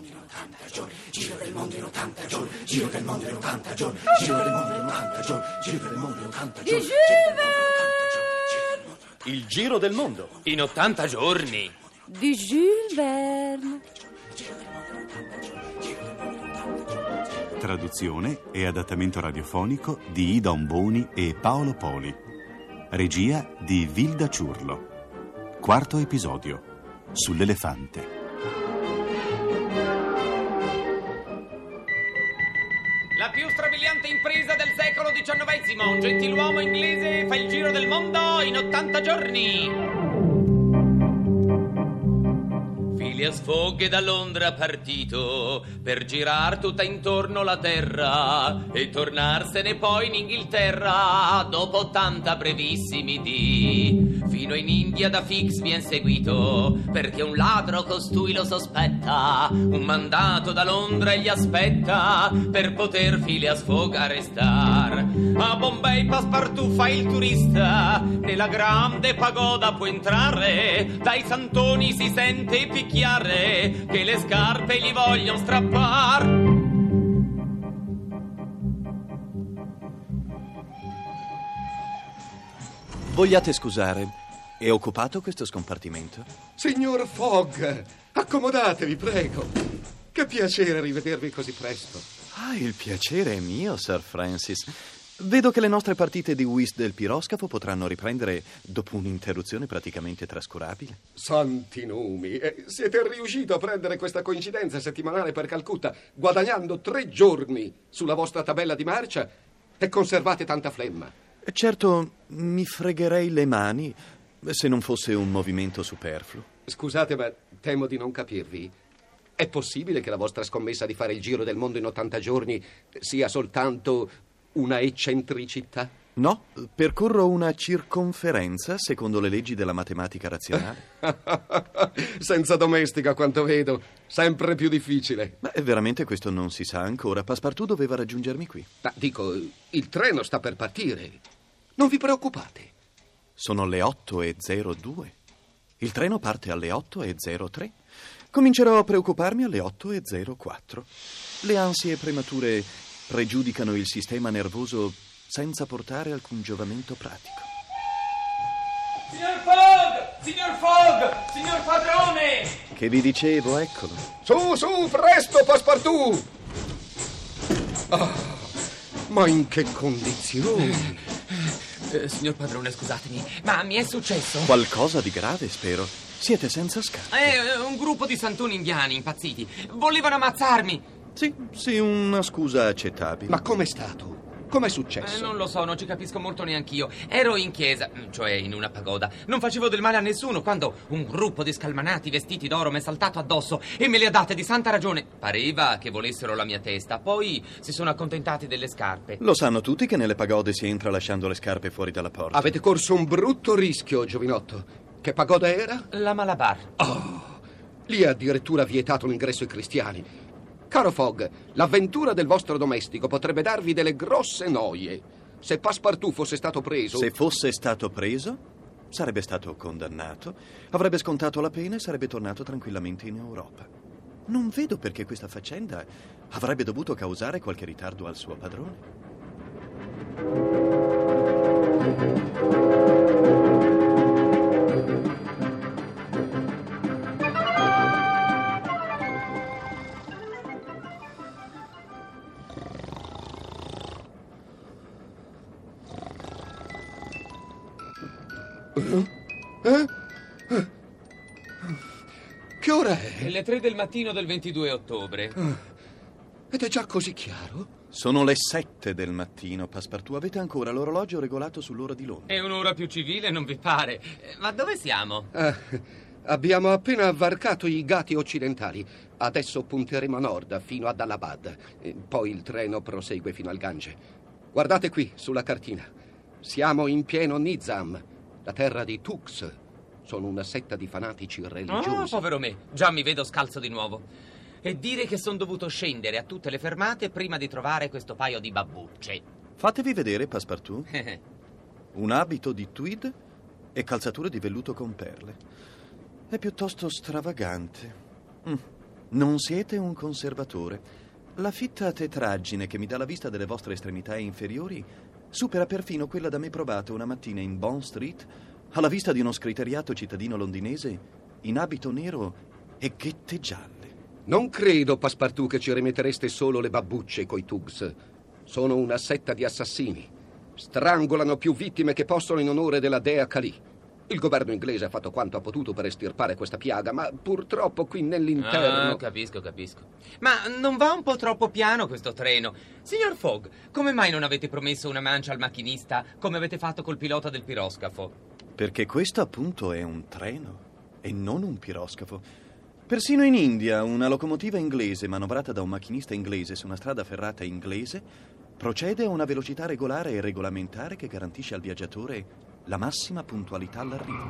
mondo in 80 giorni, giro del mondo in 80 giorni, giro del mondo in 80 giorni, giro del mondo in 80 giorni, giro del mondo in 80 giorni. Il giro del mondo in 80 giorni di Jules Verne. Traduzione e adattamento radiofonico di Ida Omboni e Paolo Poli. Regia di Vilda Ciurlo. Quarto episodio. Sull'elefante. La più strabiliante impresa del secolo XIX. Un gentiluomo inglese fa il giro del mondo in 80 giorni. Phileas Fogg è da Londra partito per girar tutta intorno la terra e tornarsene poi in Inghilterra dopo 80 brevissimi dì. Fino in India da Fix vien seguito perché un ladro costui lo sospetta. Un mandato da Londra gli aspetta per poter Phileas Fogg arrestar. A Bombay Passepartout fa il turista, nella grande pagoda può entrare, dai santoni si sente picchiare che le scarpe gli voglion strappar. Vogliate scusare, è occupato questo scompartimento? Signor Fogg, accomodatevi, prego. Che piacere rivedervi così presto. Ah, il piacere è mio, Sir Francis. Vedo che le nostre partite di whist del piroscafo potranno riprendere dopo un'interruzione praticamente trascurabile. Santi nomi, siete riuscito a prendere questa coincidenza settimanale per Calcutta, guadagnando 3 giorni sulla vostra tabella di marcia e conservate tanta flemma. Certo, mi fregherei le mani se non fosse un movimento superfluo. Scusate, ma temo di non capirvi. È possibile che la vostra scommessa di fare il giro del mondo in 80 giorni sia soltanto una eccentricità? No, percorro una circonferenza secondo le leggi della matematica razionale. Senza domestica, a quanto vedo. Sempre più difficile. Ma veramente questo non si sa ancora. Passepartout doveva raggiungermi qui. Ma dico, il treno sta per partire. Non vi preoccupate. Sono le 8:02. Il treno parte alle 8:03. Comincerò a preoccuparmi alle 8:04. Le ansie premature pregiudicano il sistema nervoso senza portare alcun giovamento pratico. Signor Fogg! Signor Fogg! Signor padrone! Che vi dicevo, eccolo. Su, presto, Passepartout! Ma in che condizioni? Signor padrone, scusatemi, ma mi è successo? Qualcosa di grave, spero. Siete senza scarpe. Un gruppo di santoni indiani impazziti. Volevano ammazzarmi. Sì, una scusa accettabile. Ma com'è stato? Com'è successo? Non lo so, non ci capisco molto neanch'io. Ero in chiesa, cioè in una pagoda. Non facevo del male a nessuno quando un gruppo di scalmanati vestiti d'oro mi è saltato addosso e me le ha date di santa ragione. Pareva che volessero la mia testa. Poi si sono accontentati delle scarpe. Lo sanno tutti che nelle pagode si entra lasciando le scarpe fuori dalla porta. Avete corso un brutto rischio, giovinotto. Che pagoda era? La Malabar. Lì è addirittura vietato l'ingresso ai cristiani. Caro Fogg, l'avventura del vostro domestico potrebbe darvi delle grosse noie. Se Passepartout fosse stato preso... Se fosse stato preso, sarebbe stato condannato, avrebbe scontato la pena e sarebbe tornato tranquillamente in Europa. Non vedo perché questa faccenda avrebbe dovuto causare qualche ritardo al suo padrone. Che ora è? Le 3 del mattino del 22 ottobre. Ed è già così chiaro? Sono le 7 del mattino, Passepartout. Avete ancora l'orologio regolato sull'ora di Londra. È un'ora più civile, non vi pare? Ma dove siamo? Abbiamo appena varcato i Ghati occidentali. Adesso punteremo a nord fino ad Allahabad. Poi il treno prosegue fino al Gange. Guardate qui, sulla cartina. Siamo in pieno Nizam, la terra di Tux. Sono una setta di fanatici religiosi. Povero me, già mi vedo scalzo di nuovo. E dire che sono dovuto scendere a tutte le fermate prima di trovare questo paio di babbucce. Fatevi vedere, Passepartout. Un abito di tweed e calzature di velluto con perle. È piuttosto stravagante. Non siete un conservatore. La fitta tetraggine che mi dà la vista delle vostre estremità inferiori supera perfino quella da me provata una mattina in Bond Street alla vista di uno scriteriato cittadino londinese in abito nero e ghette gialle. Non credo, Passepartout, che ci rimettereste solo le babbucce coi Tugs. Sono una setta di assassini. Strangolano più vittime che possono in onore della dea Kali. Il governo inglese ha fatto quanto ha potuto per estirpare questa piaga, ma purtroppo qui nell'interno... Capisco. Ma non va un po' troppo piano questo treno? Signor Fogg, come mai non avete promesso una mancia al macchinista come avete fatto col pilota del piroscafo? Perché questo appunto è un treno e non un piroscafo. Persino in India una locomotiva inglese manovrata da un macchinista inglese su una strada ferrata inglese procede a una velocità regolare e regolamentare che garantisce al viaggiatore la massima puntualità all'arrivo.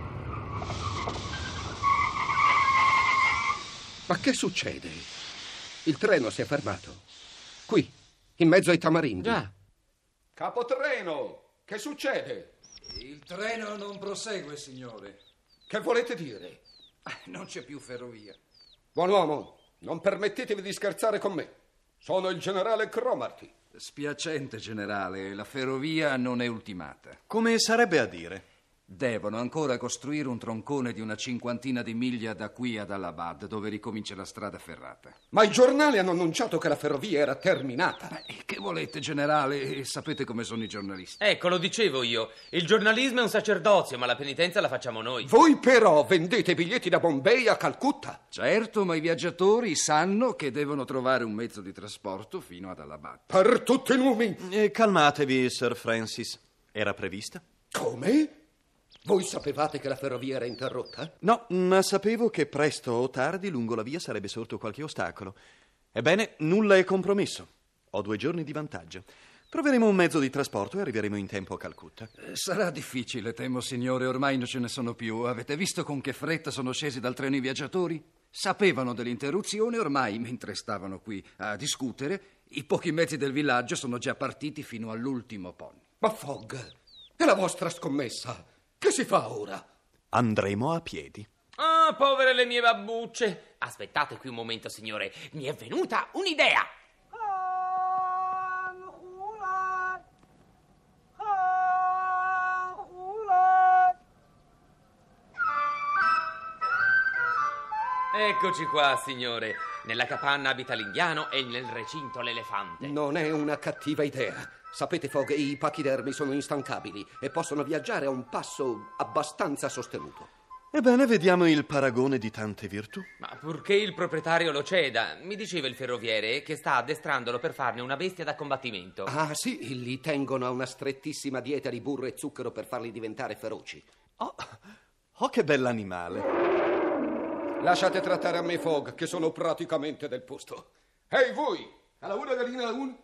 Ma che succede? Il treno si è fermato. Qui, in mezzo ai tamarindi. Già. Capotreno, che succede? Il treno non prosegue, signore. Che volete dire? Non c'è più ferrovia. Buon uomo, non permettetevi di scherzare con me. Sono il generale Cromarty. Spiacente, generale, la ferrovia non è ultimata. Come sarebbe a dire? Devono ancora costruire un troncone di una 50 di miglia da qui ad Allahabad, dove ricomincia la strada ferrata. Ma i giornali hanno annunciato che la ferrovia era terminata. E che volete, generale? Sapete come sono i giornalisti. Ecco, lo dicevo io. Il giornalismo è un sacerdozio, ma la penitenza la facciamo noi. Voi però vendete biglietti da Bombay a Calcutta? Certo, ma i viaggiatori sanno che devono trovare un mezzo di trasporto fino ad Allahabad. Per tutti i numi. Calmatevi, Sir Francis. Era prevista? Come? Voi sapevate che la ferrovia era interrotta? No, ma sapevo che presto o tardi lungo la via sarebbe sorto qualche ostacolo. Ebbene, nulla è compromesso. Ho 2 giorni di vantaggio. Troveremo un mezzo di trasporto e arriveremo in tempo a Calcutta. Sarà difficile, temo, signore. Ormai non ce ne sono più. Avete visto con che fretta sono scesi dal treno i viaggiatori? Sapevano dell'interruzione, ormai, mentre stavano qui a discutere, i pochi mezzi del villaggio sono già partiti fino all'ultimo pony. Ma Fogg, è la vostra scommessa. Che si fa ora? Andremo a piedi. Ah, povere le mie babbucce. Aspettate qui un momento, signore. Mi è venuta un'idea. Eccoci qua, signore. Nella capanna abita l'indiano e nel recinto l'elefante. Non è una cattiva idea. Sapete, Fogg, i pachidermi sono instancabili e possono viaggiare a un passo abbastanza sostenuto. Ebbene, vediamo il paragone di tante virtù. Ma purché il proprietario lo ceda. Mi diceva il ferroviere che sta addestrandolo per farne una bestia da combattimento. Ah, sì, li tengono a una strettissima dieta di burro e zucchero per farli diventare feroci. Oh, che bell'animale. Lasciate trattare a me, Fogg, che sono praticamente del posto. Ehi, voi! Alla una gallina alla un...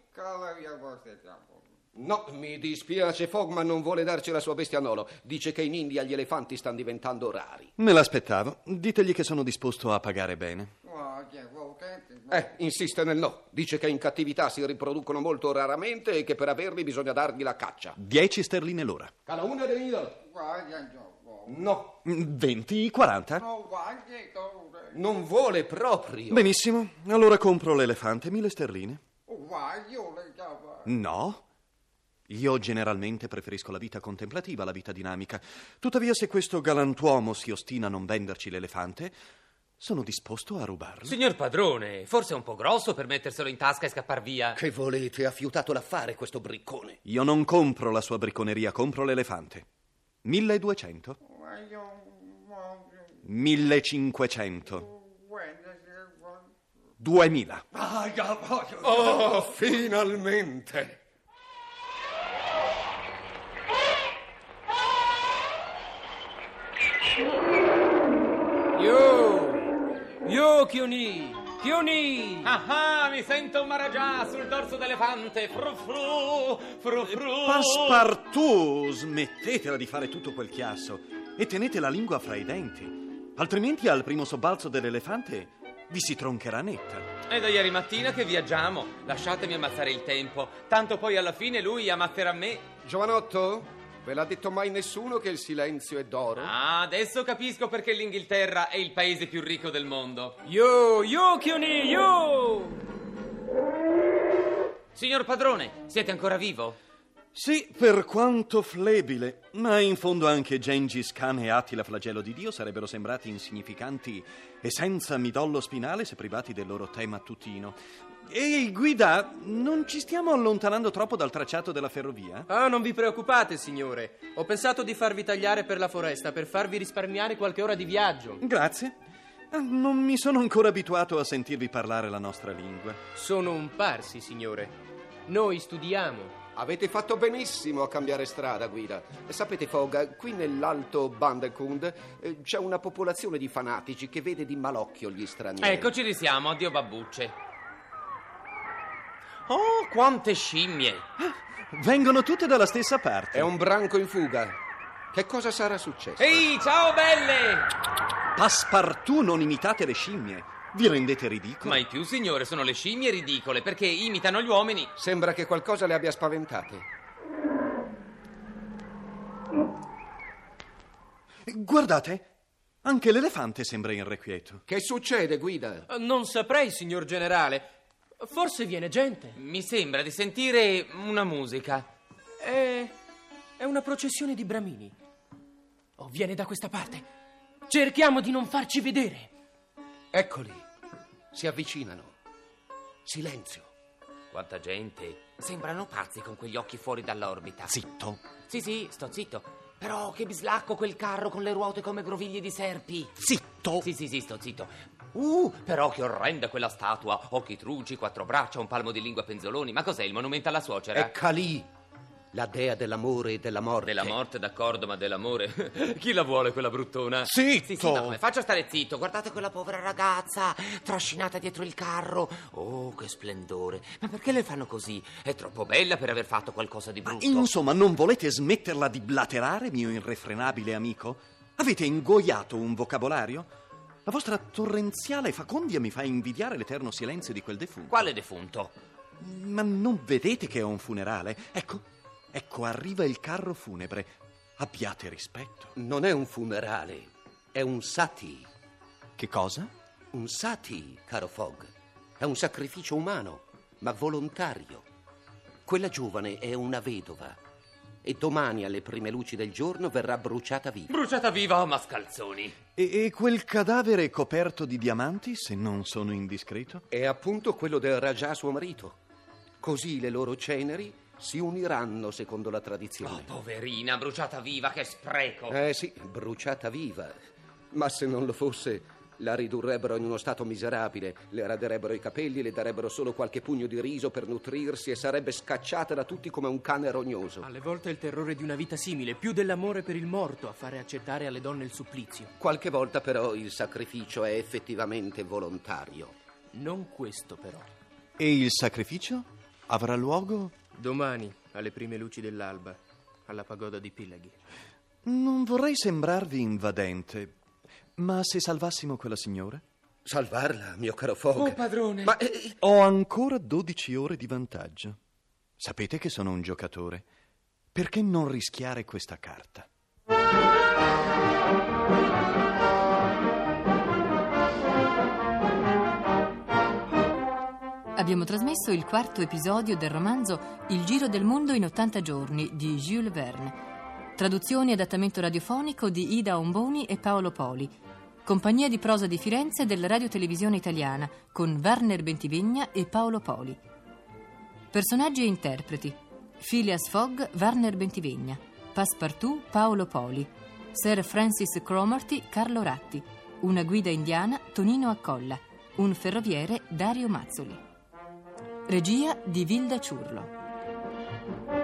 No, mi dispiace, Fogg, ma non vuole darci la sua bestia Nolo. Dice che in India gli elefanti stanno diventando rari. Me l'aspettavo. Ditegli che sono disposto a pagare bene. Insiste nel no. Dice che in cattività si riproducono molto raramente e che per averli bisogna dargli la caccia. 10 sterline l'ora. Alla una gallina. No. 20, 40? Non vuole proprio. Benissimo, allora compro l'elefante, 1000 sterline. No. Io generalmente preferisco la vita contemplativa alla vita dinamica. Tuttavia, se questo galantuomo si ostina a non venderci l'elefante, sono disposto a rubarlo. Signor padrone, forse è un po' grosso per metterselo in tasca e scappar via. Che volete? Ha fiutato l'affare questo briccone. Io non compro la sua bricconeria, compro l'elefante. 1200. 1500. 2000. Oh, finalmente! Yo, Chioni! Ah, mi sento un Maharaja sul dorso d'elefante. Fru fru, fru fru. Passepartout, smettetela di fare tutto quel chiasso e tenete la lingua fra i denti. Altrimenti al primo sobbalzo dell'elefante vi si troncherà netta. È da ieri mattina che viaggiamo. Lasciatemi ammazzare il tempo. Tanto poi alla fine lui ammazzerà me. Giovanotto, Ve l'ha detto mai nessuno che il silenzio è d'oro? Ah, adesso capisco perché l'Inghilterra è il paese più ricco del mondo. Yo, Chioni, yo! Signor padrone, siete ancora vivo? Sì, per quanto flebile, ma in fondo anche Gengis Khan e Attila Flagello di Dio sarebbero sembrati insignificanti e senza midollo spinale se privati del loro tè mattutino. E guida, non ci stiamo allontanando troppo dal tracciato della ferrovia? Ah, non vi preoccupate, signore. Ho pensato di farvi tagliare per la foresta per farvi risparmiare qualche ora di viaggio. Grazie. Non mi sono ancora abituato a sentirvi parlare la nostra lingua. Sono un parsi, signore. Noi studiamo. Avete fatto benissimo a cambiare strada, guida. Sapete, Fogg, qui nell'Alto Bandekund c'è una popolazione di fanatici che vede di malocchio gli stranieri. Ecco, ci risiamo, addio babbucce. Oh, quante scimmie! Vengono tutte dalla stessa parte. È un branco in fuga. Che cosa sarà successo? Ehi, ciao belle! Passepartout, non imitate le scimmie. Vi rendete ridicoli? Mai più, signore, sono le scimmie ridicole perché imitano gli uomini. Sembra che qualcosa le abbia spaventate. Guardate, anche l'elefante sembra irrequieto. Che succede, guida? Non saprei, signor generale. Forse viene gente. Mi sembra di sentire una musica. È una processione di bramini. Oh, viene da questa parte. Cerchiamo di non farci vedere. Eccoli, si avvicinano. Silenzio. Quanta gente. Sembrano pazzi con quegli occhi fuori dall'orbita. Zitto. Sì, sto zitto. Però che bislacco quel carro con le ruote come groviglie di serpi. Zitto. Sì, sto zitto. Però che orrenda quella statua. Occhi truci, 4 braccia, un palmo di lingua penzoloni. Ma cos'è, il monumento alla suocera? È Kali, la dea dell'amore e della morte. Della morte, d'accordo, ma dell'amore? Chi la vuole quella bruttona? Zitto. Sì, ma come faccio a stare zitto? Guardate quella povera ragazza, trascinata dietro il carro. Oh, che splendore. Ma perché le fanno così? È troppo bella per aver fatto qualcosa di brutto. Insomma, non volete smetterla di blaterare, mio irrefrenabile amico? Avete ingoiato un vocabolario? La vostra torrenziale facondia mi fa invidiare l'eterno silenzio di quel defunto. Quale defunto? Ma non vedete che è un funerale? Ecco, arriva il carro funebre. Abbiate rispetto. Non è un funerale, è un sati. Che cosa? Un sati, caro Fogg. È un sacrificio umano, ma volontario. Quella giovane è una vedova e domani alle prime luci del giorno verrà bruciata viva. Bruciata viva a mascalzoni. E quel cadavere coperto di diamanti, se non sono indiscreto? È appunto quello del Raja, suo marito. Così le loro ceneri si uniranno secondo la tradizione. Oh, poverina, bruciata viva, che spreco. Sì, bruciata viva. Ma se non lo fosse, la ridurrebbero in uno stato miserabile, le raderebbero i capelli, le darebbero solo qualche pugno di riso per nutrirsi e sarebbe scacciata da tutti come un cane rognoso. Alle volte è il terrore di una vita simile, più dell'amore per il morto, a fare accettare alle donne il supplizio. Qualche volta però il sacrificio è effettivamente volontario. Non questo però. E il sacrificio avrà luogo? Domani, alle prime luci dell'alba, alla pagoda di Pilaghi. Non vorrei sembrarvi invadente, ma se salvassimo quella signora? Salvarla, mio caro Fogg? Oh, padrone. Ma Ho ancora 12 ore di vantaggio. Sapete che sono un giocatore. Perché non rischiare questa carta? Abbiamo trasmesso il 4º episodio del romanzo Il giro del mondo in 80 giorni di Jules Verne. Traduzione e adattamento radiofonico di Ida Omboni e Paolo Poli. Compagnia di prosa di Firenze della Radio-Televisione Italiana con Werner Bentivegna e Paolo Poli. Personaggi e interpreti: Phileas Fogg, Werner Bentivegna; Passepartout, Paolo Poli; Sir Francis Cromarty, Carlo Ratti; una guida indiana, Tonino Accolla; un ferroviere, Dario Mazzoli. Regia di Vilda Ciurlo.